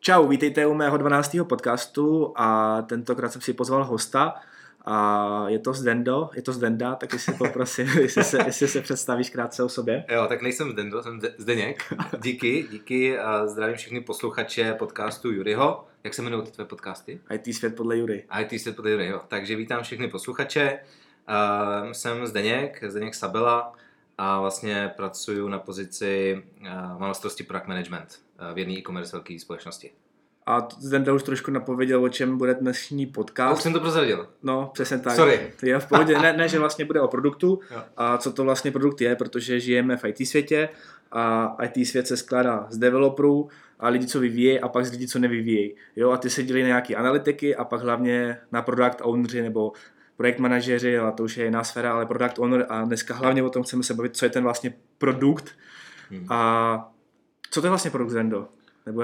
Čau, vítejte u mého 12. podcastu a tentokrát jsem si pozval hosta a je to Zdenda, tak jestli poprosím, jestli se představíš krátce o sobě. Jo, tak nejsem Zdendo, jsem Zdeněk. Díky a zdravím všechny posluchače podcastu Juryho. Jak se jmenují ty tvé podcasty? IT svět podle Jury. IT svět podle Jury, jo. Takže vítám všechny posluchače. Jsem Zdeněk Sabela a vlastně pracuji na pozici mám na starosti product management v jedné e-commerce velké společnosti. A Zdenda už trošku napověděl, o čem bude dnešní podcast. A už jsem to prozradil. No, přesně tak. Sorry. Je v pohodě, ne, že vlastně bude o produktu Jo. a co to vlastně produkt je, protože žijeme v IT světě a IT svět se skládá z developerů a lidi, co vyvíjejí a pak z lidí, co nevyvíjejí. Jo, a ty se dělí na nějaké analytiky a pak hlavně na product owneři nebo projekt manažeři, a to už je jiná sféra, ale product owner a dneska hlavně o tom chceme se bavit, co je ten vlastně produkt a co to je vlastně produkt, Zendo? Nebo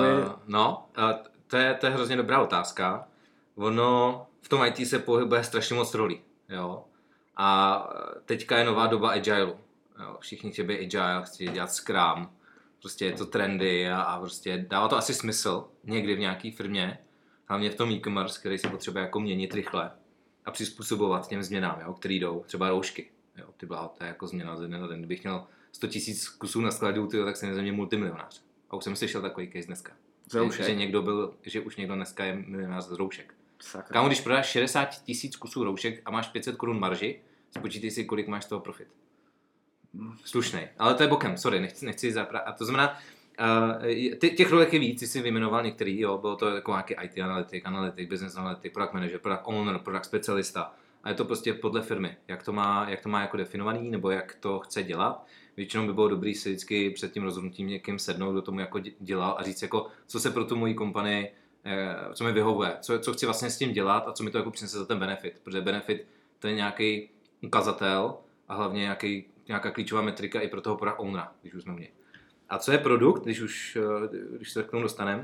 To je hrozně dobrá otázka. Ono v tom IT se pohybuje strašně moc rolí. Jo? A teďka je nová doba agilu. Jo? Všichni chtějí být agile, chtějí dělat scrum. Prostě je to trendy a prostě dává to asi smysl někdy v nějaké firmě, hlavně v tom e-commerce, který se potřebuje jako měnit rychle a přizpůsobovat těm změnám, jo? Které jdou. Třeba roušky. Jo? To je jako změna ze dne na den. Kdybych měl 100 000 kusů na skladu, tak jsem ze mě multimilionář. A už jsem slyšel takový case dneska. Že už někdo dneska je milionář z roušek. Sakra. Kámo, když prodáš 60 000 kusů roušek a máš 500 Kč marži, spočítej si, kolik máš z toho profit. Slušnej. Ale to je bokem, sorry, nechci A to znamená, těch rolek je víc, ty jsi vyjmenoval některý, jo, bylo to jako nějaký IT analytik, business analytik, product manager, product owner, product specialista. A je to prostě podle firmy, jak to má jako definovaný, nebo jak to chce dělat. Většinou by bylo dobrý si vždycky před tím rozhodnutím někým sednout, kdo tomu jako dělal a říct, jako, co se pro tu moji kompanii, co mi vyhovuje, co chci vlastně s tím dělat a co mi to jako přinese za ten benefit. Protože benefit to je nějaký ukazatel a hlavně nějaká klíčová metrika i pro toho product ownera, když už jsme u něj. A co je produkt, když se k tomu dostaneme?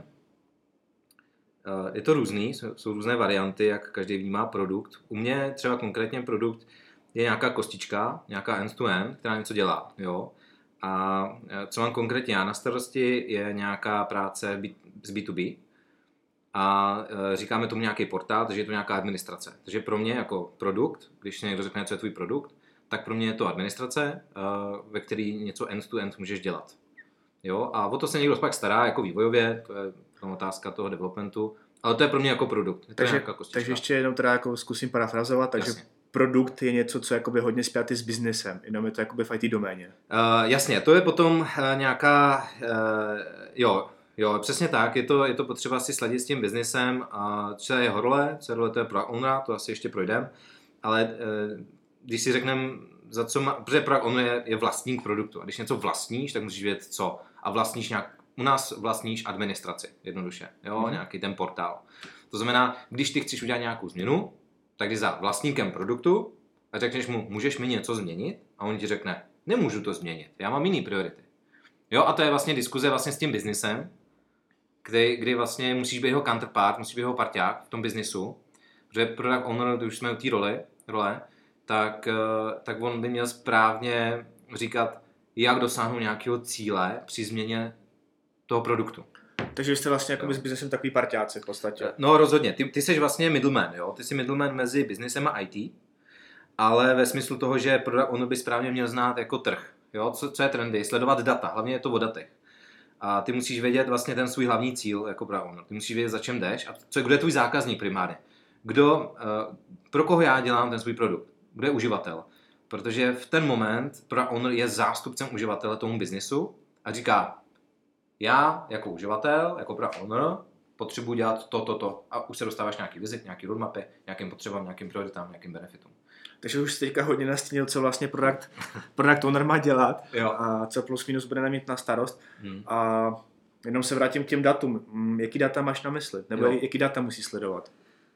Je to různý, jsou různé varianty, jak každý vnímá produkt. U mě třeba konkrétně produkt je nějaká kostička, nějaká end-to-end, která něco dělá. Jo? A co mám konkrétně já na starosti, je nějaká práce z B2B a říkáme tomu nějaký portál, takže je to nějaká administrace. Takže pro mě jako produkt, když někdo řekne, co je tvůj produkt, tak pro mě je to administrace, ve který něco end-to-end můžeš dělat. Jo? A o to se někdo pak stará jako vývojově, to je otázka toho developmentu, ale to je pro mě jako produkt. Takže ještě jenom teda jako zkusím parafrazovat, takže jasně. Produkt je něco, co je jakoby hodně spjatý s biznesem, jenom je to jakoby v IT doméně. Jasně, to je potom nějaká, jo, přesně tak, je to potřeba si sladit s tím biznesem, co je role, to je product owner, to asi ještě projdem, ale když si řekneme, protože product owner je vlastník produktu a když něco vlastníš, tak musíš vědět co a vlastníš u nás vlastníš administraci, jednoduše, jo, nějaký ten portál. To znamená, když ty chceš udělat nějakou změnu, tak jdi za vlastníkem produktu a řekneš mu, můžeš mi něco změnit? A on ti řekne, nemůžu to změnit, já mám jiný priority. Jo, a to je vlastně diskuze vlastně s tím biznisem, kdy vlastně musíš být jeho counterpart, musíš být jeho parťák v tom biznisu, protože product owner, když už jsme u té role, tak on by měl správně říkat, jak dosáhnout nějakého cíle při změně toho produktu. Takže jste vlastně jako s biznesem takový parťáci v podstatě. No rozhodně, ty jsi vlastně middleman, jo? Ty jsi middleman mezi biznesem a IT, ale ve smyslu toho, že product owner by správně měl znát jako trh, jo? Co je trendy, sledovat data, hlavně je to o datech. A ty musíš vědět vlastně ten svůj hlavní cíl jako product owner, ty musíš vědět, za čem jdeš a kdo je tvůj zákazník primárně. Pro koho já dělám ten svůj produkt, kdo je uživatel. Protože v ten moment product owner je zástupcem uživatele tomu biznesu a říká, já jako uživatel, jako product owner, potřebuji dělat to. A už se dostáváš nějaký vizit, nějaký roadmapy, nějakým potřebám, nějakým prioritám, nějakým benefitům. Takže už jsi teďka hodně nastínil, co vlastně product owner má dělat. Jo. A co plus minus bude mít na starost. A jenom se vrátím k těm datům. Jaký data máš na mysli? Nebo jaký data musí sledovat?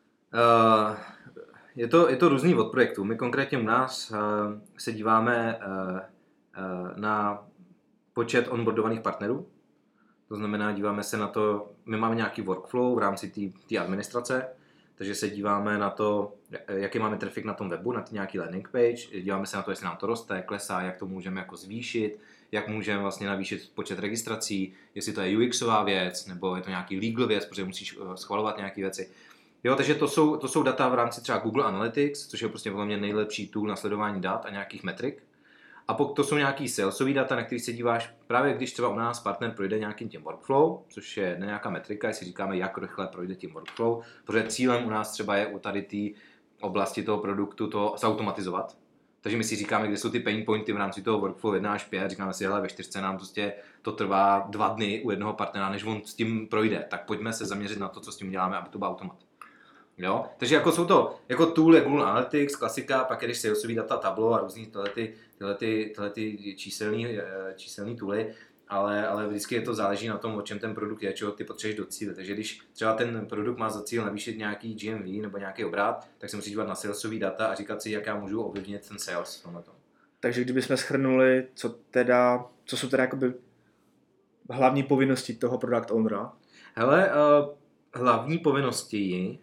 Je to různý od projektů. My konkrétně u nás se díváme na počet onboardovaných partnerů. To znamená, díváme se na to, my máme nějaký workflow v rámci té administrace, takže se díváme na to, jaký máme trafik na tom webu, na ty nějaký landing page, díváme se na to, jestli nám to roste, klesá, jak to můžeme jako zvýšit, jak můžeme vlastně navýšit počet registrací, jestli to je UXová věc, nebo je to nějaký legal věc, protože musíš schvalovat nějaké věci. Jo, takže to jsou data v rámci třeba Google Analytics, což je prostě podle mě nejlepší tool na sledování dat a nějakých metrik. A pokud to jsou nějaký salesový data, na který se díváš právě když třeba u nás partner projde nějakým tím workflow, což je nějaká metrika, jestli říkáme, jak rychle projde tím workflow, protože cílem u nás třeba je u tady té oblasti toho produktu to zautomatizovat. Takže my si říkáme, kde jsou ty pain pointy v rámci toho workflow 1 až 5, říkáme si, hele, ve 4 nám prostě to trvá 2 dny u jednoho partnera, než on s tím projde, tak pojďme se zaměřit na to, co s tím děláme, aby to byl automat. Jo? Takže jako jsou to, jako tool je Google Analytics, klasika, pak když salesový data, Tableau a různý tyhle číselný tooly, ale vždycky to záleží na tom, o čem ten produkt je, čeho ty potřebuješ docílit. Takže když třeba ten produkt má za cíl navýšit nějaký GMV nebo nějaký obrat, tak se musí dívat na salesový data a říkat si, jak já můžu ovlivnit ten sales. Takže kdybychom shrnuli, co jsou teda jakoby hlavní povinnosti toho product ownera? Hele, hlavní povinnosti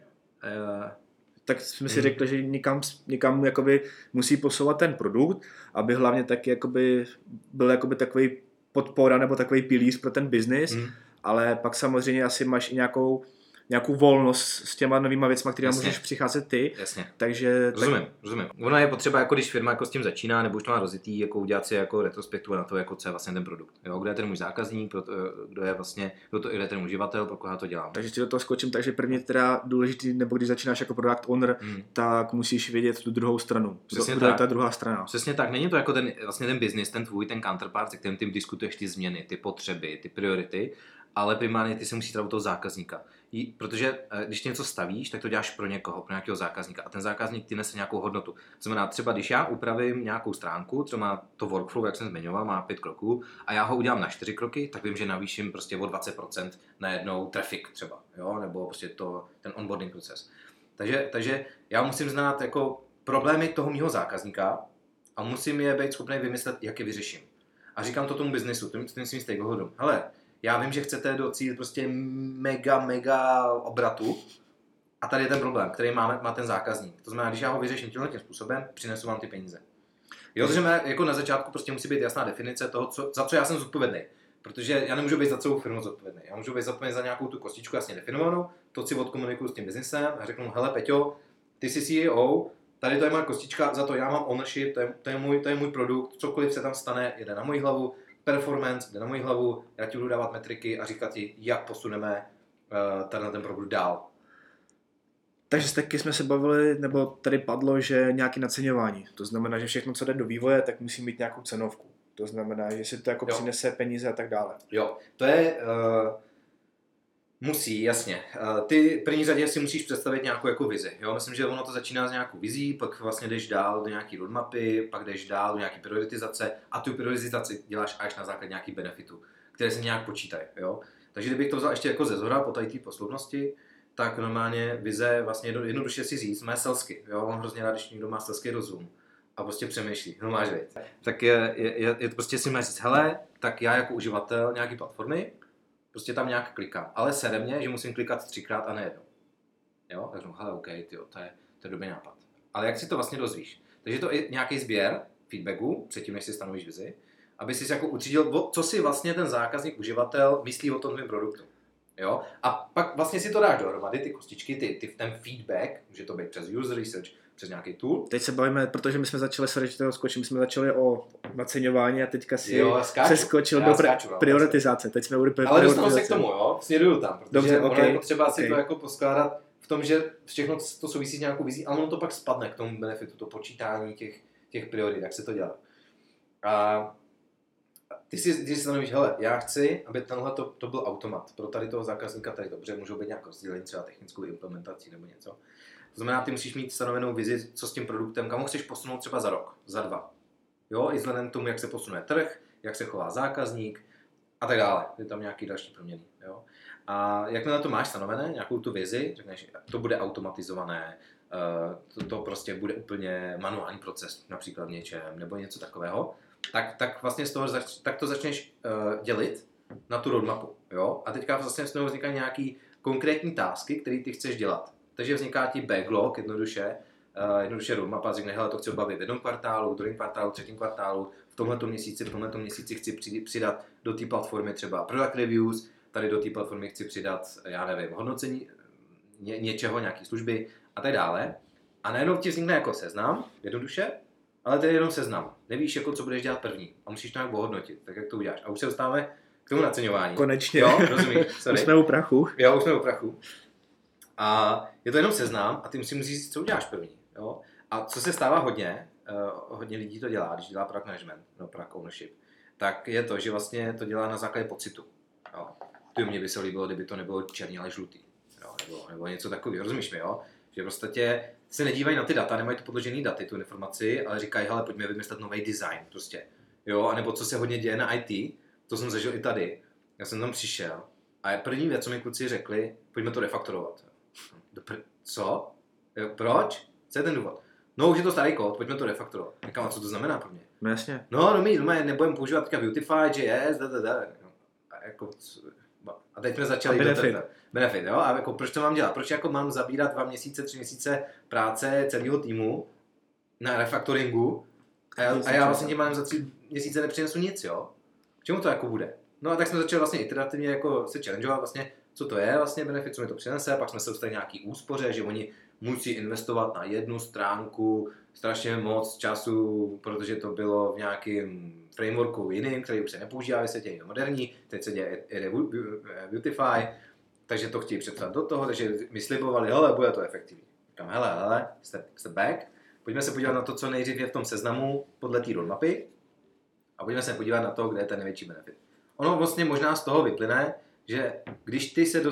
tak jsme si řekli, že někam jakoby musí posouvat ten produkt, aby hlavně taky jakoby byl jakoby takový podpora nebo takový pilíř pro ten biznis, ale pak samozřejmě asi máš i nějakou volnost s těma novýma věcma, které můžeš přicházet ty. Jasně. Takže rozumím. Ono je potřeba, jako když firma jako s tím začíná, nebo už to má rozjetý, jako udělat si jako retrospektivu na to, jako co je vlastně ten produkt. Jo, kdo je ten můj zákazník, kdo to je ten uživatel, pro koho to dělám. Takže ti do toho skočím, takže prvně teda důležitý, nebo když začínáš jako product owner, tak musíš vědět tu druhou stranu. Kdo je ta druhá strana. Přesně tak, není to jako ten business, ten tvůj, ten counterpart, se kterým ty diskutuješ ty změny, ty potřeby, ty priority, ale primárně ty se musí trávit toho zákazníka. Protože když ty něco stavíš, tak to děláš pro někoho, pro nějakého zákazníka a ten zákazník ty nese nějakou hodnotu. To znamená, třeba když já upravím nějakou stránku, třeba má to workflow, jak jsem zmiňoval, má 5 kroků a já ho udělám na 4 kroky, tak vím, že navýším prostě o 20% na jednou traffic třeba, jo? Nebo prostě ten onboarding proces. Takže já musím znát jako problémy toho mýho zákazníka a musím je být schopný vymyslet, jak je vyřeším. A říkám to tomu biznesu, tím svým stakeholderům. Hele, já vím, že chcete docílit prostě mega obratu a tady je ten problém, který má ten zákazník. To znamená, když já ho vyřeším tím způsobem, přinesu vám ty peníze. Jo, takže jako na začátku prostě musí být jasná definice toho, za co já jsem zodpovědný. Protože já nemůžu být za celou firmu zodpovědný. Já můžu být zodpovědný za nějakou tu kostičku jasně definovanou, to si odkomunikuju s tím biznesem a řeknu, hele Peťo, ty jsi CEO, tady to je moje kostička, za to já mám ownership, to je můj produkt, cokoliv se tam stane, jde na moji hlavu. Performance jde na moji hlavu, já ti budu dávat metriky a říkat ti, jak posuneme tady na ten produkt dál. Takže taky jsme se bavili, nebo tady padlo, že nějaké naceňování. To znamená, že všechno, co jde do vývoje, tak musí mít nějakou cenovku. To znamená, že si to jako přinese peníze a tak dále. Jo, to je... Musí, jasně. Ty v první řadě si musíš představit nějakou jako vizi. Jo? Myslím, že ono to začíná s nějakou vizí, pak vlastně jdeš dál do nějaký roadmapy, pak jdeš dál do nějaký prioritizace a tu prioritizaci děláš až na základě nějaký benefitu, které se nějak počítají. Jo? Takže kdybych to vzal ještě jako ze zhora po tady té posloupnosti, tak normálně vize vlastně jednoduše si říct, mé selsky. Jo? Mám hrozně rád, když někdo má selský rozum a prostě přemýšlí, no máš věc. Tak je to prostě si máš říct, hele, tak já jako uživatel nějaký platformy, prostě tam nějak klikám, ale sere mě, že musím klikat 3krát a ne jednou. Jo, takže hele, OK, tyjo, to je dobrý nápad. Ale jak si to vlastně dozvíš? Takže to je nějaký sběr feedbacku, předtím, než si stanovíš vizi, aby si jako utřídil, co si vlastně ten zákazník, uživatel myslí o tom tvém produktu. Jo? A pak vlastně si to dáš dohromady, ty kostičky, ten feedback, může to být přes user research, přes nějaký tool. Teď se bavíme, protože my jsme začali, my jsme začali o naceňování a teďka si přeskočil do prioritizace. Teď jsme ale dostanu se k tomu, jo? Směruju tam, protože dobře, ono je potřeba si to jako poskládat v tom, že všechno to souvisí s nějakou vizí, ale ono to pak spadne k tomu benefitu, to počítání těch priorit, jak se to dělá. A ty si stanovíš, hele, já chci, aby tenhle to byl automat. Pro tady toho zákazníka tady dobře, můžou být nějaké rozdělení, třeba technickou implementací nebo něco. To znamená, ty musíš mít stanovenou vizi, co s tím produktem, kam ho chceš posunout třeba za rok, za 2. Jo, i vzhledem k tomu, jak se posunuje trh, jak se chová zákazník a tak dále. Je tam nějaký další proměny. Jo. A jakmile to máš stanovené, nějakou tu vizi, řekneš, to bude automatizované, to prostě bude úplně manuální proces, například v něčem, nebo něco takového, tak vlastně z toho tak to začneš dělit na tu roadmapu. Jo? A teďka vlastně z toho vznikají nějaký konkrétní tasky, které ty chceš dělat. Takže vzniká ti backlog jednoduše roadmap a řekne, hele, to chci bavit v jednom kvartálu, v druhém kvartálu, v třetím kvartálu, v tomhletom měsíci chci přidat do té platformy třeba product reviews, tady do té platformy chci přidat, já nevím, hodnocení něčeho, nějaký služby a tak dále. A najednou ti vznikne jako seznam, jednoduše, ale to je jenom seznam. Nevíš, jako, co budeš dělat první a musíš to nějak ohodnotit, tak jak to uděláš. A už se dostáváme k tomu naceňování. Konečně. Jo, rozumíš? Už jsme u prachu. Jo, už jsme u prachu. A je to jenom seznam a ty musíš říct, co uděláš první. Jo? A co se stává hodně lidí to dělá, když dělá product management, no product ownership, tak je to, že vlastně to dělá na základě pocitu. Jo? Mně by se líbilo, kdyby to nebylo černý, ale žlutý. Jo? Nebo něco takového, rozumíš mi, jo? Že prostě se nedívají na ty data, nemají to podložený daty, tu informaci, ale říkají, hele, pojďme vymyslet nový design, prostě. Jo? A nebo co se hodně děje na IT, to jsem zažil i tady. Já jsem tam přišel a první věc, co mi kluci řekli, pojďme to refaktorovat. Co? Proč? Co je ten důvod? No, už je to starý kód, pojďme to refaktorovat. Říkám, a co to znamená pro mě? No jasně. No, nebudeme používat teďka Beautify, JS, a teď jsme začali... Benefit, jo? A jako, proč to mám dělat? Proč jako mám zabírat 2 měsíce, 3 měsíce práce celého týmu na refaktoringu a já vlastně tím mám za 3 měsíce nepřinesu nic, jo? K čemu to jako bude? No a tak jsme začali vlastně iterativně jako se challengeovat vlastně, co to je vlastně benefit, co mi to přinese, pak jsme se dostali nějaký úspoře, že oni musí investovat na jednu stránku strašně moc času, protože to bylo v nějakém frameworku jiným, který už se nepoužívá ve světě, je moderní, teď se děje Beautify, takže to chtějí přepsat do toho, takže mi slibovali, hele, bude to efektivní. Říkám, hele, step back, pojďme se podívat na to, co nejdřív je v tom seznamu podle té roadmapy a pojďme se podívat na to, kde je ten největší benefit. Ono vlastně možná z toho vyplyne, že když ty se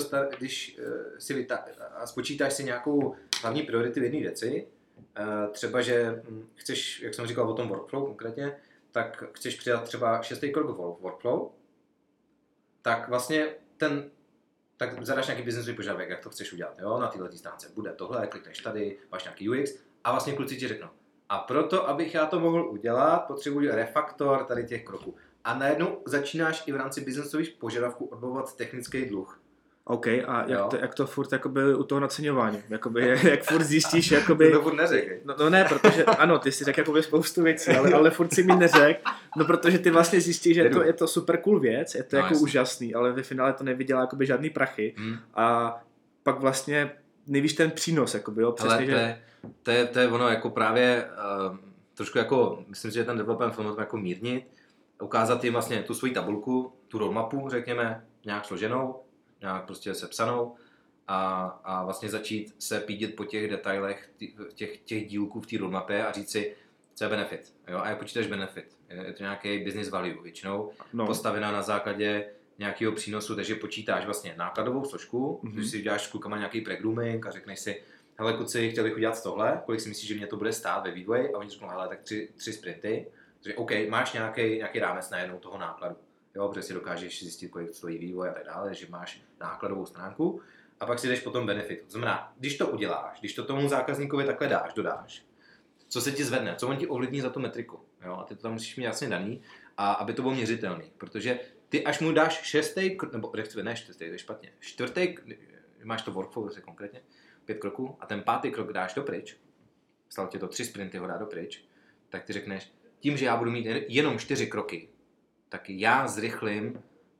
spočítáš si nějakou hlavní priority v jedné věci, třeba, že chceš, jak jsem říkal o tom workflow konkrétně, tak chceš přidat třeba 6. krok workflow, tak vlastně tak zadáš nějaký businessový požadavek, jak to chceš udělat, jo? Na této stránce bude tohle, klikneš tady, máš nějaký UX a vlastně kluci ti řeknou, a proto, abych já to mohl udělat, potřebuji refaktor tady těch kroků. A najednou začínáš i v rámci businessových požadavků odbavovat technický dluh. OK, a jak to furt jakoby u toho naceňování? Jakoby, jak furt zjistíš, jakoby... To furt neřek. No ne, protože ano, ty si řekl jakoby spoustu věcí, ale furt si mi neřek, no protože ty vlastně zjistíš, že je to super cool věc, je to jako úžasný, ale ve finále to nevydělá jakoby žádný prachy a pak vlastně nevíš ten přínos, jakoby, jo, přesně, ale že... To je ono jako právě trošku jako, myslím si, že ten development film jako mírnit, ukázat jim vlastně tu svoji tabulku, tu roadmapu, řekněme, nějak složenou, nějak prostě sepsanou a vlastně začít se pídit po těch detailech těch dílků v té roadmapě a říct si, co je benefit. Jo? A jak počítáš benefit? Je to nějaký business value většinou, postavená na základě nějakého přínosu, takže počítáš vlastně nákladovou složku, když si uděláš s klukama nějaký pre-grooming a řekneš si, hele kluci, chtěl bych udělat tohle, kolik si myslíš, že mě to bude stát ve vývoji a oni řeknou, hele, tak 3 sprinty, takže OK, máš nějaký rámec najednou toho nákladu. Jo, protože si dokážeš zjistit, kolik stojí vývoj a tak dále, že máš nákladovou stránku a pak si jdeš potom benefitu. To znamená, když to uděláš, když to tomu zákazníkovi takhle dodáš, co se ti zvedne, co on ti ovlivní za tu metriku. Jo? A ty to tam musíš mít jasně daný, a aby to bylo měřitelný, protože ty až mu dáš 6. nebo ne 6. to je špatně, 4. máš to workflow konkrétně, 5 kroků a ten 5. krok dáš dopryč, stalo tě to 3 sprinty ho dá dopryč, tak ty řekneš, tím, že já budu mít jenom 4 kroky, tak já zrychlím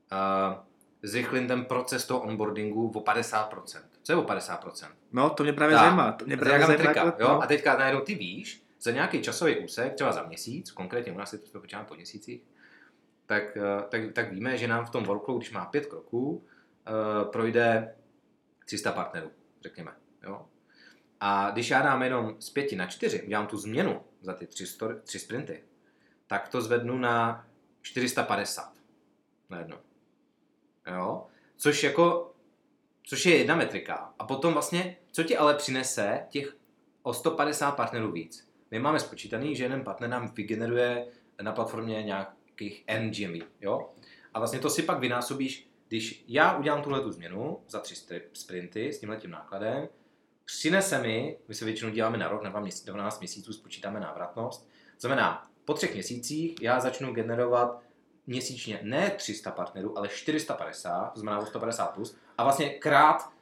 ten proces toho onboardingu o 50%. Co je o 50%? No, to mě právě zajímá. To mě právě zajímá jo? A teďka najednou ty víš, za nějaký časový úsek, třeba za měsíc, konkrétně u nás je to počítáme po měsících, tak víme, že nám v tom workflow, když má 5 kroků, projde 300 partnerů, řekněme. Jo? A když já dám jenom z 5 na 4, udělám tu změnu za ty 3 sprinty, tak to zvednu na 450 najednou. Jo? Což je jedna metrika. A potom vlastně, co ti ale přinese těch o 150 partnerů víc. My máme spočítaný, že jeden partner nám vygeneruje na platformě nějakých NGMV. Jo? A vlastně to si pak vynásobíš, když já udělám tuhletu změnu za 3 sprinty s tímhletím nákladem, přinese my se většinou děláme na rok, na 12 měsíců, spočítáme návratnost. Znamená, po 3 měsících já začnu generovat měsíčně ne 300 partnerů, ale 450, to znamená 150 plus, a vlastně krát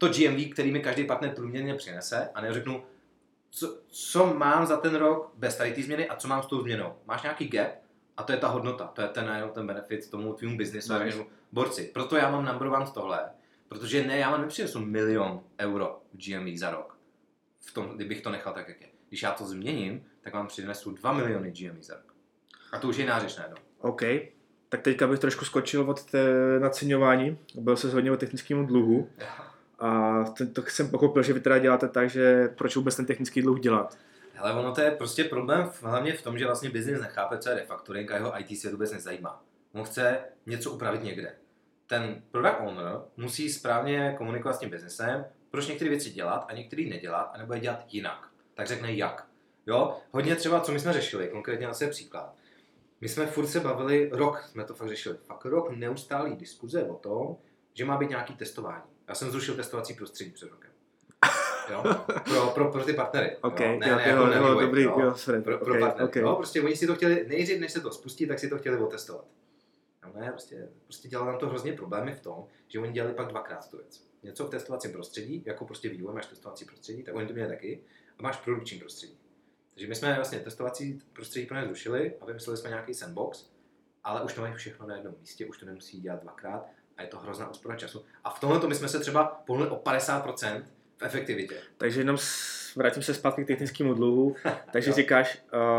to GMV, který mi každý partner průměrně přinese a neřeknu, co mám za ten rok bez tady té změny a co mám s tou změnou. Máš nějaký gap a to je ta hodnota, to je ten benefit tomu tvýmu biznesu. Borci, proto já mám number one tohle, protože já vám nepřinesu 1 000 000 euro v GMV za rok, kdybych to nechal tak, jak je. Když já to změním, tak vám přinesu 2 miliony GMV za rok. A to už je nářeš najednou. OK, tak teďka bych trošku skočil od naceňování, byl se hodně o technickému dluhu. A to jsem pochopil, že vy teda děláte tak, že proč vůbec ten technický dluh dělat? Hele, ono to je prostě problém hlavně v tom, že vlastně business nechápe, co je refactoring a jeho IT svět vůbec nezajímá. On chce něco upravit někde. Ten product owner musí správně komunikovat s tím businessem, proč některé věci dělat a některé nedělat, anebo je dělat jinak. Tak řekne jak. Jo? Hodně třeba, co my jsme řešili, konkrétně asi příklad. My jsme furt se bavili, rok jsme to fakt řešili, fakt rok neustálý diskuze o tom, že má být nějaký testování. Já jsem zrušil testovací prostředí před rokem. Jo? Pro ty partnery. Okay, dobrý, pro partnery. Okay. Jo? Prostě oni si to chtěli, nejdřív než se to spustí, tak si to chtěli otestovat. No ne, prostě dělalo nám to hrozně problémy v tom, že oni dělali pak dvakrát tu věc. Něco v testovacím prostředí, jako prostě vývoj, máš testovací prostředí, tak oni to měli taky, a máš produkční prostředí. Takže my jsme vlastně testovací prostředí pro ně zrušili a vymysleli jsme nějaký sandbox, ale už to mají všechno na jednom místě, už to nemusí dělat dvakrát a je to hrozná úspora času. A v tomhle my jsme se třeba pohnuli o 50% v efektivitě. Takže jenom vrátím se zpátky k technickému dluhu, takže říkáš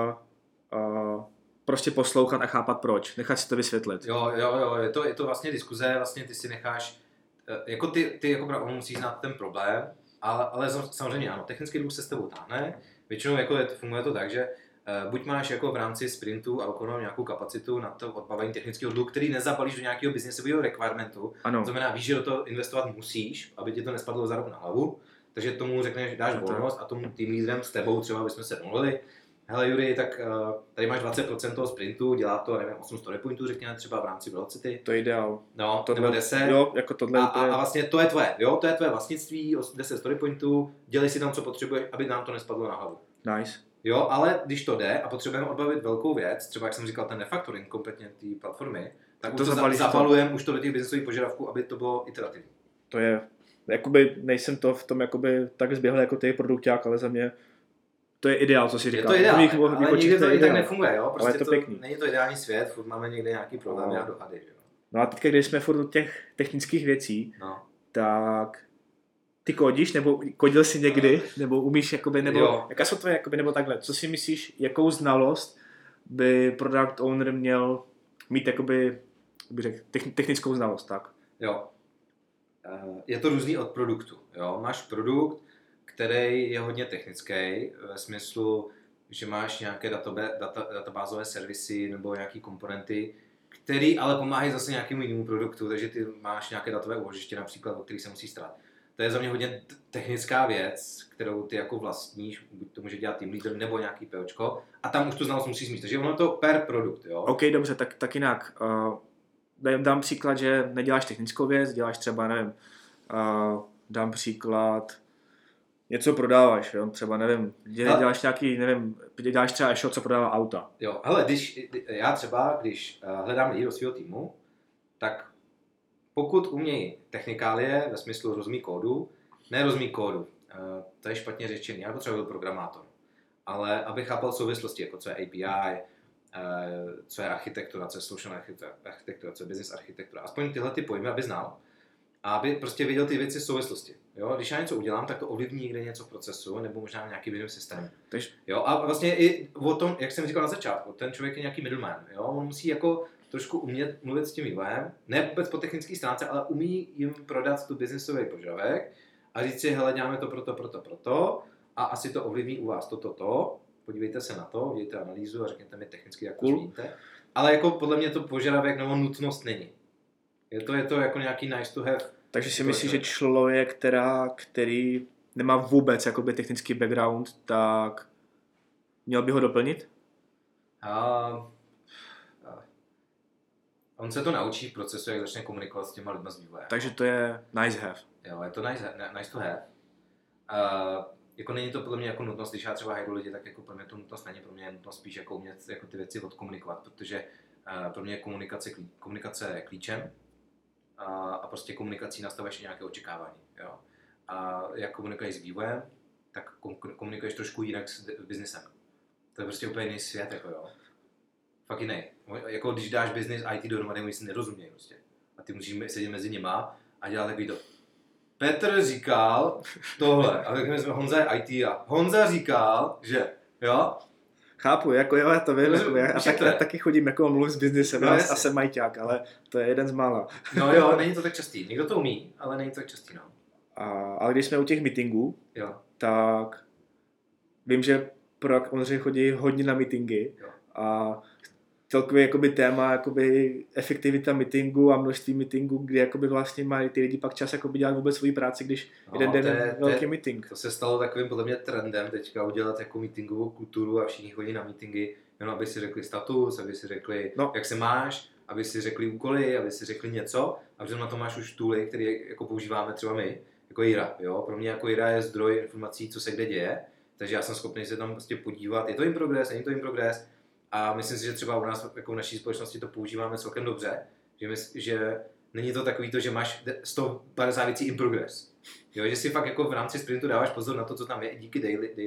prostě poslouchat a chápat proč, nechat si to vysvětlit. Jo, je to vlastně diskuze, vlastně ty si necháš, jako ty jako pravdu musíš znát ten problém, ale samozřejmě ano, technický dluh se s tebou táhne, většinou jako funguje to tak, že buď máš jako v rámci sprintu a okolo nějakou kapacitu na to odbavení technického dluhu, který nezabalíš do nějakého businessového requirementu. Ano. To znamená, víš, že do toho investovat musíš, aby ti to nespadlo za rok na hlavu. Takže tomu řekneš, dáš volnost a tomu tým lídrem s tebou třeba bychom se domluvili. Hele Juri, tak tady máš 20% toho sprintu, dělá to, nevím, 8 story pointů, řekněme třeba v rámci velocity. To je ideál. No, nebo 10. Jo, jako tohle. A vlastně to je tvoje, jo, to je tvoje vlastnictví, 10 story pointů, dělej si tam, co potřebuješ, aby nám to nespadlo na hlavu. Nice. Jo, ale když to jde a potřebujeme odbavit velkou věc, třeba jak jsem říkal, ten refactoring kompletně té platformy, tak to zabalujeme už to do těch businessových požadavků, aby to bylo iterativní. To je, jakoby nejsem to v tom jakoby tak zběhl jako ty produkták, ale za mě to je ideál, co si říkal. Je to ideál, ale nikdy to i tak nefunguje, jo? Prostě ale je to pěkný. Není to ideální svět, furt máme někde nějaký problém a dohady, jo? No a teď, když jsme furt u těch technických věcí, tak ty kodíš, nebo kodil jsi někdy, nebo umíš, jakoby, nebo jaká jsou tvoje, jakoby, nebo takhle, co si myslíš, jakou znalost by product owner měl mít, jakoby, bych řekl, technickou znalost, tak? Jo. Je to různý od produktu, jo. Máš produkt, který je hodně technický, ve smyslu, že máš nějaké databázové servisy nebo nějaké komponenty, který ale pomáhají zase nějakému jinému produktu, takže ty máš nějaké datové úložiště například, o kterých se musí starat. To je za mě hodně technická věc, kterou ty jako vlastníš, buď to může dělat team leader nebo nějaký POčko, a tam už tu znalost musíš mít, takže ono je to per produkt, jo. OK, dobře, tak jinak. Dám příklad, že neděláš technickou věc, děláš třeba, nevím, dám příklad, něco prodáváš, jo, třeba, nevím, děláš nějaký, nevím, děláš třeba e-shop, co prodává auta. Jo, hele, když hledám lidi do svého týmu, tak pokud umějí technikálie ve smyslu rozumí kódu, nerozumí kódu, to je špatně řečený, já potřebuji programátor, ale aby chápal souvislosti, jako co je API, co je architektura, co je solution architektura, co je business architektura, aspoň tyhle ty pojmy, aby znal a aby prostě viděl ty věci v souvislosti. Jo? Když já něco udělám, tak to ovlivní někde něco v procesu nebo možná nějaký video systém. Jo? A vlastně i o tom, jak jsem říkal na začátku, ten člověk je nějaký middleman. Jo? On musí jako trošku umět mluvit s tím vývojem, ne vůbec po technické stránce, ale umí jim prodat tu businessový požadavek a říct si, hele, děláme to proto a asi to ovlivní u vás to. Podívejte se na to, udějte analýzu a řekněte mi technicky, jak to vidíte. Ale jako podle mě to požadavek nebo nutnost není. Je to jako nějaký nice to have. Takže si myslíš, že člověk, který nemá vůbec jakoby technický background, tak měl by ho doplnit? On se to naučí v procesu, jak začne komunikovat s těma lidma z vývoje. Takže to je nice have. Jo, je to nice to have. Jako není to podle mě jako nutnost, když já třeba hajdu lidi, tak jako pro mě to nutnost není, pro mě je nutnost spíš jako umět jako ty věci odkomunikovat, protože pro mě je komunikace klíčem a prostě komunikací nastavuješ nějaké očekávání. Jo. a jak komunikuješ s vývojem, tak komunikuješ trošku jinak s biznesem. To je prostě úplně jiný svět, jako jo. Fakt jiný. Jako když dáš business IT dohromady, oni si nerozumějí prostě. A ty musíš sedět mezi nima a dělat takový to. Petr říkal tohle, a řekněme jsme Honza je IT a Honza říkal, že, jo? Chápu, jako jo, já to vím, jako já taky chodím jako mluvit s biznesem, no, a jsem majťák, ale to je jeden z mála. No jo, není to tak častý. Někdo to umí, ale není to tak častý, no. Ale když jsme u těch meetingů, jo. tak vím, že pro Ondřej chodí hodně na meetingy a celkově jakoby téma jakoby efektivita meetingu a množství meetingů, kdy jakoby vlastně mají ty lidi pak čas jakoby dělat vůbec svoji práci, když jeden den je velký meeting. To se stalo takovým podle mě trendem teďka udělat jako meetingovou kulturu a všichni chodí na meetingy, jenom aby si řekli status, aby si řekli, jak se máš, aby si řekli úkoly, aby si řekli něco a protože na to máš už tooly, které jako používáme třeba my, jako Jira, jo? Pro mě jako Jira je zdroj informací, co se kde děje, takže já jsem schopný se tam prostě podívat, je to in progress, není to in progress. A myslím si, že třeba u nás jako v naší společnosti to používáme celkem dobře, že není to takový to, že máš 150 věcí in progress. Jo, že si fakt jako v rámci sprintu dáváš pozor na to, co tam je díky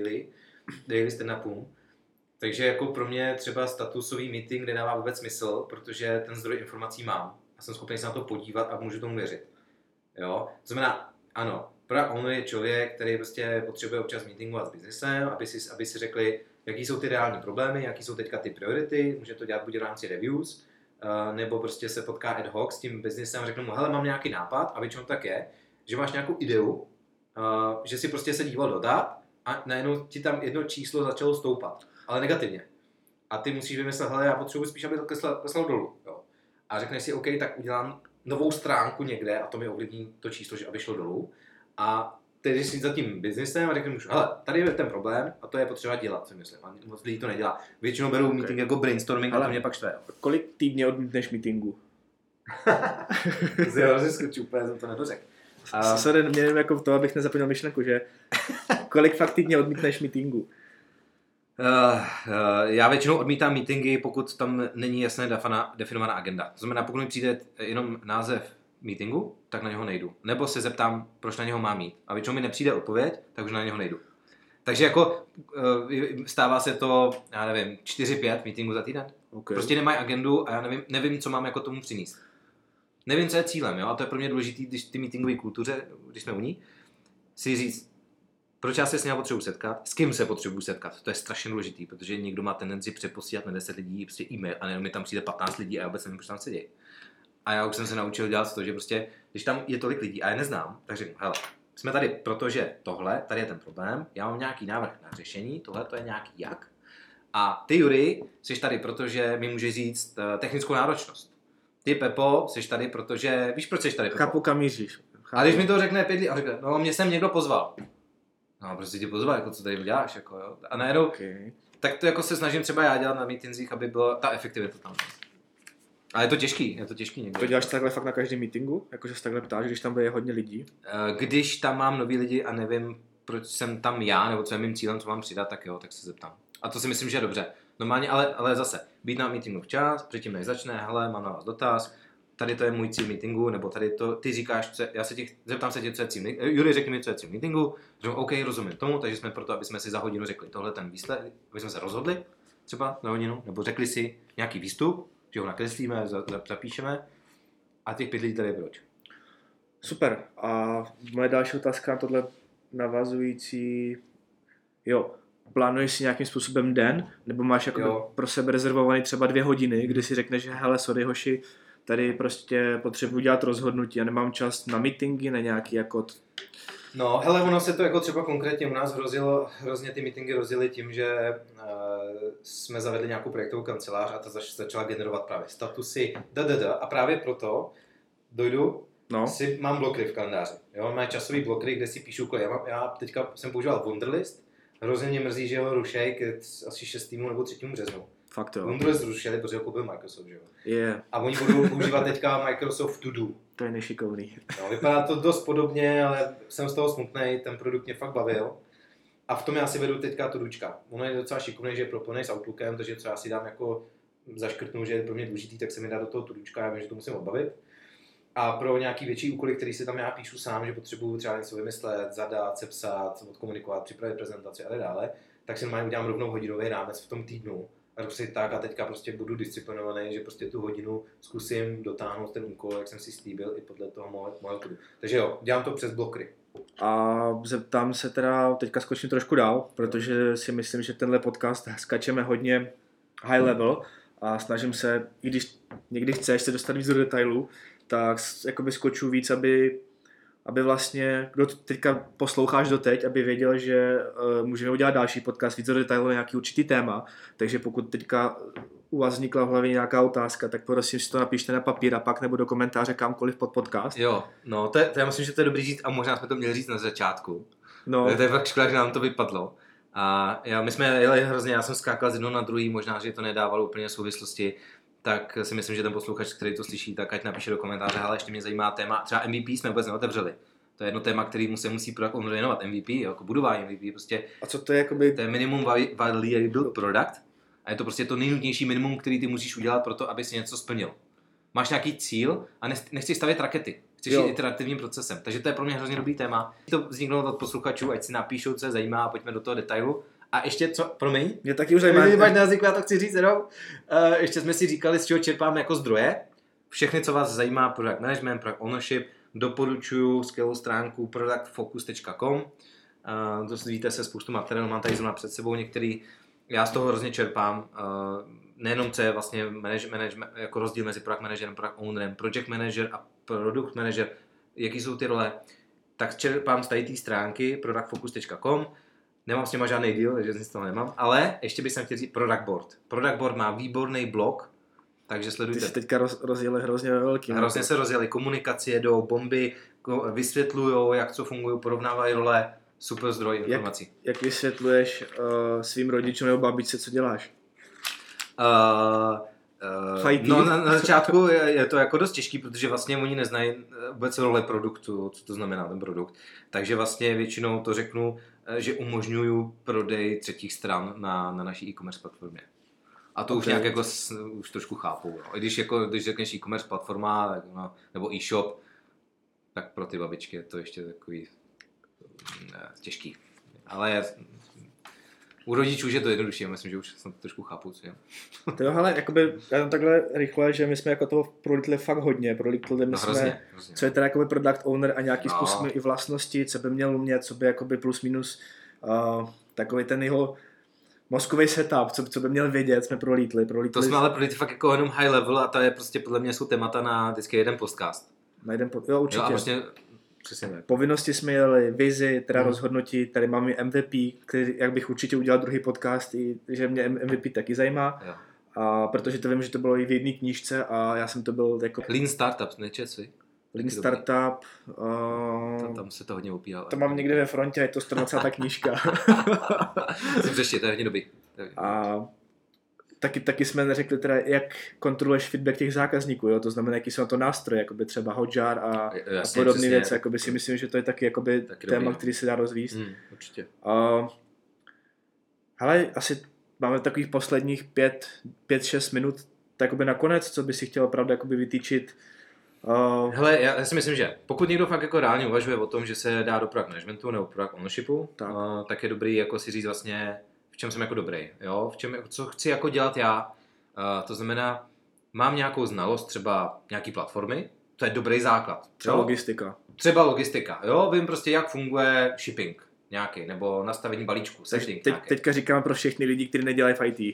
daily stand-upům. Takže jako pro mě třeba statusový meeting nedává vůbec smysl, protože ten zdroj informací mám a jsem schopný se na to podívat a můžu tomu věřit. Jo, to znamená, ano, product owner je člověk, který prostě potřebuje občas meetingovat s biznesem, aby si řekli, jaký jsou ty reální problémy, jaký jsou teďka ty priority, může to dělat buď v rámci reviews, nebo prostě se potká ad hoc s tím biznesem a řekne mu, hele, mám nějaký nápad a většinou tak je, že máš nějakou ideu, že si prostě se díval do dat a najednou ti tam jedno číslo začalo stoupat, ale negativně. A ty musíš vymyslet, hele, já potřebuji spíš, aby to kleslo dolů. Jo. A řekneš si, OK, tak udělám novou stránku někde a to mi ovlivní to číslo, že aby šlo dolů. A teď si za tím biznesem a řeknu, hele, tady je ten problém a to je potřeba dělat, si myslím. A moc lidí to nedělá. Většinou berou meeting jako brainstorming a to mě pak štve. Kolik týdně odmítneš meetingu? To si hrozně skočí, úplně jsem to nedořekl. Sorry, nevím jako to, abych nezapomněl myšlenku, že kolik fakt týdně odmítneš meetingu? Já většinou odmítám meetingy, pokud tam není jasně definovaná agenda. To znamená, pokud mi přijde jenom název meetingu, tak na něho nejdu. Nebo se zeptám, proč na něho mám mít. A většinou mi nepřijde odpověď, tak už na něho nejdu. Takže jako stává se to, já nevím, 4-5 meetingů za týden. Okay. Prostě nemají agendu a já nevím, co mám jako tomu přinést. Nevím, co je cílem, jo? A to je pro mě důležité, když ty meetingové kultuře, když jsme u ní, si říct, proč já se s ním potřebuji setkat, s kým se potřebuji setkat. To je strašně důležité, protože někdo má tendenci přeposílat na 10 lidí prostě e-mail a jenom mi tam přijde 15 lidí a já vůbec nevím, proč tam sedí. A já už jsem se naučil dělat to, že prostě, když tam je tolik lidí a já neznám, tak řeknu, hele, jsme tady, protože tohle, tady je ten problém, já mám nějaký návrh na řešení, tohle to je nějaký jak. A ty, Juri, jsi tady, protože mi můžeš říct technickou náročnost. Ty, Pepo, jsi tady, protože, víš, proč jsi tady, Pepo? Chápu, kam míříš. A když mi to řekne 5 lidí, a řekne, no, mě sem někdo pozval. No, prostě tě pozval, jako co tady děláš, jako jo. A najednou, tak to jako se snažím třeba já dělat na meetingsích, aby byla ta efektivita tam. Ale je to těžký někdy. To děláš takhle fakt na každém meetingu? Jakože se takhle ptáš, když tam bude hodně lidí? Když tam mám nový lidi a nevím, proč jsem tam já, nebo co je mým cílem, co mám přidat, tak jo, tak se zeptám. A to si myslím, že je dobře. Normálně, ale zase, být na meetingu včas, předtím než začne, hele, mám na vás dotaz, tady to je můj cíl meetingu, nebo tady to, ty říkáš, já se zeptám se tě, co je cíl meetingu, Juri, řekni mi, co je cíl meetingu, řeknu, OK, rozumím tomu, takže jsme proto, aby jsme si za hodinu řekli tohle ten výsledek, aby jsme se rozhodli, třeba na hodinu, nebo řekli si nějaký výstup, že ho nakreslíme, zapíšeme a těch 5 lidí tady je proč. Super. A moje další otázka na tohle navazující, jo, plánuješ si nějakým způsobem den, nebo máš jako pro sebe rezervovaný třeba 2 hodiny, kdy si řekneš, že hele, sorry hoši, tady prostě potřebuji dělat rozhodnutí a nemám čas na meetingy, na nějaký jako... No, hele, ono se to jako třeba konkrétně u nás hrozně ty meetingy rozjeli tím, že jsme zavedli nějakou projektovou kancelář a ta začala generovat právě statusy, a právě proto mám blokry v kalendáři. Jo? Mám časový blokry, kde si píšu úkoly. Já teďka jsem používal Wunderlist, hrozně mě mrzí, že ho rušej k asi 6. nebo 3. březnu. Fakt jo. Wunderlist rušili, protože ho koupil Microsoft, že jo. Yeah. A oni budou používat teďka Microsoft To Do. To je nešikovný. No, vypadá to dost podobně, ale jsem z toho smutnej, ten produkt mě fakt bavil. A v tom já si vedu teďka to Dučka. Ono je docela šikovný, že je propojený s Outlookem, takže co já si dám jako zaškrtnu, že je pro mě důležitý, tak se mi dá do toho Dučka, já vím, že to musím odbavit. A pro nějaký větší úkoly, který si tam já píšu sám, že potřebuju třeba něco vymyslet, zadat, sepsat, odkomunikovat, připravit prezentaci a tak dále, tak si normálně udělám rovnou hodinový rámec v tom týdnu. A prostě tak a teďka prostě budu disciplinovaný, že prostě tu hodinu zkusím dotáhnout ten úkol, jak jsem si slíbil, i podle toho mojeho klidu. Takže jo, dělám to přes blokry. A zeptám se teda, teďka skočím trošku dál, protože si myslím, že tenhle podcast skačeme hodně high level a snažím se, i když někdy chceš se dostat víc do detailů, tak jakoby skoču víc, aby vlastně, kdo teďka posloucháš doteď, aby věděl, že můžeme udělat další podcast víc do detailu na nějaký určitý téma, takže pokud teďka u vás vznikla v hlavě nějaká otázka, tak prosím si to napište na papír a pak nebo do komentáře kamkoliv pod podcast. Jo, no to já myslím, že to je dobrý říct a možná jsme to měli říct na začátku. No. To je fakt škoda, že nám to vypadlo. A my jsme jeli hrozně, já jsem skákal z jednoho na druhý, možná, že to nedávalo úplně souvislosti, tak si myslím, že ten posluchač, který to slyší, tak ať napíše do komentáře, ale ještě mě zajímá téma, třeba MVP jsme vůbec neotevřeli. To je jedno téma, kterému se musí product owner věnovat, MVP, jako budování MVP, prostě. A co to je jakoby? To je minimum valuable product a je to prostě to nejnutnější minimum, který ty musíš udělat pro to, aby si něco splnil. Máš nějaký cíl a nechceš stavět rakety. Chceš jít iterativním procesem. Takže to je pro mě hrozně dobrý téma. To vzniklo od posluchačů, ať si napíšou, co je zajímá, a pojďme do toho detailu. A ještě co, promiň? Mě taky už zajímá. Máš na jazyku, já to chci říct jenom. Ještě jsme si říkali, z čeho čerpáme jako zdroje. Všechny, co vás zajímá, product management, product ownership, doporučuji skvělou stránku productfocus.com. Dozvíte se spoustu materiálů, mám tady zrovna před sebou některý. Já z toho hrozně čerpám. Nejenom co je vlastně management, jako rozdíl mezi product managerem, product ownerem, project manager a product manager, jaký jsou ty role, tak čerpám z tady té stránky productfocus.com. Nemám s něma žádný deal, takže nic toho nemám, ale ještě bych chtěl říct Product Board. Product Board má výborný blog, takže sledujte. Ty jsi teďka rozjeli hrozně velký. Hrozně se rozjeli, komunikaci jedou, bomby, vysvětlujou, jak co fungují, porovnávají role, super zdroj informací. Jak vysvětluješ svým rodičům nebo babičce, co děláš? No na začátku je to jako dost těžký, protože vlastně oni neznají vůbec roli produktu, co to znamená ten produkt. Takže vlastně většinou to řeknu, že umožňuju prodej třetích stran na naší e-commerce platformě. A to už nějak jako už trošku chápou. No. I když řekneš e-commerce platforma tak, no, nebo e-shop, tak pro ty babičky je to ještě takový těžký. Ale u rodičů už je to jednodušší, já myslím, že už jsem trošku chápu, co je. To jo, hele, jakoby, já takhle rychle, že my jsme jako toho prolítli fakt hodně, hrozně. Co je teda jakoby product owner a nějaký způsob i vlastnosti, co by měl umět, co by jakoby plus minus takový ten jeho mozkový setup, co by měl vědět, jsme prolítli. To jsme ale prolítli fakt jako jenom high level a to je prostě podle mě jsou témata na vždycky jeden podcast. Jo, určitě. Jo, a vlastně přesně tak. Povinnosti jsme jeli, vizi, teda rozhodnutí, tady máme MVP, který, jak bych určitě udělal druhý podcast, že mě MVP taky zajímá. Jo. A protože to vím, že to bylo i v jedné knížce a já jsem to byl jako... Lean Startup, nečet si? Lean Startup... Tam se to hodně upíral. To mám někde ve frontě, je to 120. knížka. Si přešli, to je hodně dobrý. A taky jsme neřekli teda, jak kontroluješ feedback těch zákazníků, jo? To znamená, jaký jsou na to nástroje, jakoby třeba Hotjar a podobné věci, jakoby si myslím, že to je taky téma, dobrý, který se dá rozvíjet. Určitě. Hele, asi máme takových posledních 5-6 minut, tak nakonec, co by si chtěl opravdu vytýčit. Hele, já si myslím, že pokud někdo fakt jako reálně uvažuje o tom, že se dá do product managementu nebo product ownershipu, tak je dobrý jako si říct vlastně, v čem jsem jako dobrý, jo? Co chci jako dělat já. To znamená, mám nějakou znalost třeba nějaký platformy, to je dobrý základ. Třeba logistika, jo? Vím prostě, jak funguje shipping nějaký, nebo nastavení balíčku, setting teďka říkám pro všechny lidi, kteří nedělají v IT.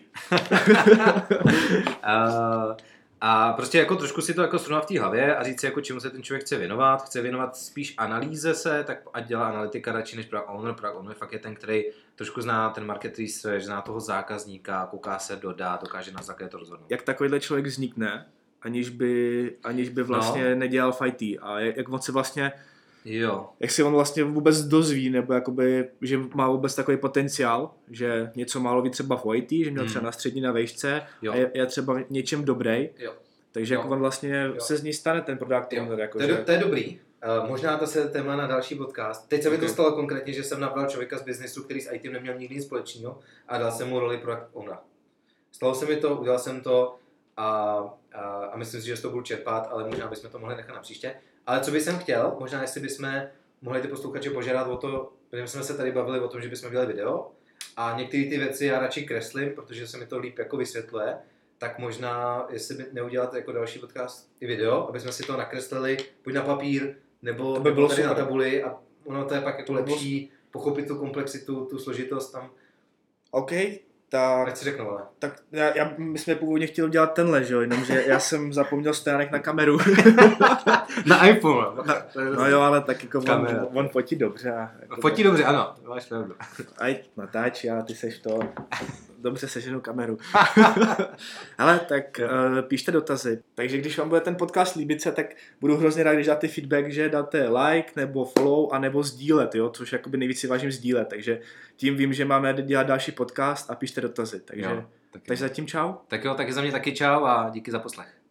A prostě jako trošku si to jako srovnat v té hlavě a říct si, jako čemu se ten člověk chce věnovat spíš analýze se, tak ať dělá analytika radši než product owner fakt je ten, který trošku zná ten market research, zná toho zákazníka, kouká se do dat, dokáže na základě to rozhodnout. Jak takovýhle člověk vznikne, aniž by vlastně nedělal v IT a jak on se vlastně jak si on vlastně vůbec dozví, nebo jakoby, že má vůbec takový potenciál, že něco málo ví třeba v IT, že měl třeba na střední na vejšce a je třeba něčem dobrý. Takže jako on vlastně se z ní stane ten product owner. Jako, to je dobrý. Možná to se téma na další podcast. Teď se mi to stalo konkrétně, že jsem nabral člověka z biznesu, který s IT neměl nikdy nic společného a dal jsem mu roli product ownera. Stalo se mi to, udělal jsem to a myslím si, že z toho budu čerpat, ale možná bychom to mohli nechat na příště. Ale co bych jsem chtěl, možná jestli bychom mohli ty posluchače požádat o to, protože jsme se tady bavili o tom, že bychom dělali video a některé ty věci já radši kreslím, protože se mi to líp jako vysvětluje, tak možná, jestli by neudělat jako další podcast i video, aby jsme si to nakreslili buď na papír, nebo by bylo tady super. na tabuli a ono to je pak jako lepší pochopit tu komplexitu, tu složitost tam. OK, tak... Ať si řeknu, ale. Tak my jsme původně chtěli udělat tenhle, že jo, jenomže já jsem zapomněl stánek na kameru. Na iPhone. No jo, ale tak jako Kamera. on fotí dobře. Jako Fotí dobře, ano. Máš pravdu. Ať natáčí a ty seš to. Dobře seženu kameru. Ale tak píšte dotazy. Takže když vám bude ten podcast líbit se, tak budu hrozně rád, když dáte feedback, že dáte like nebo follow a nebo sdílet, jo, což jakoby nejvíc si vážím sdílet. Takže tím vím, že máme dělat další podcast a píšte dotazy. Takže, Jo, takže zatím čau. Tak jo, taky za mě taky čau a díky za poslech.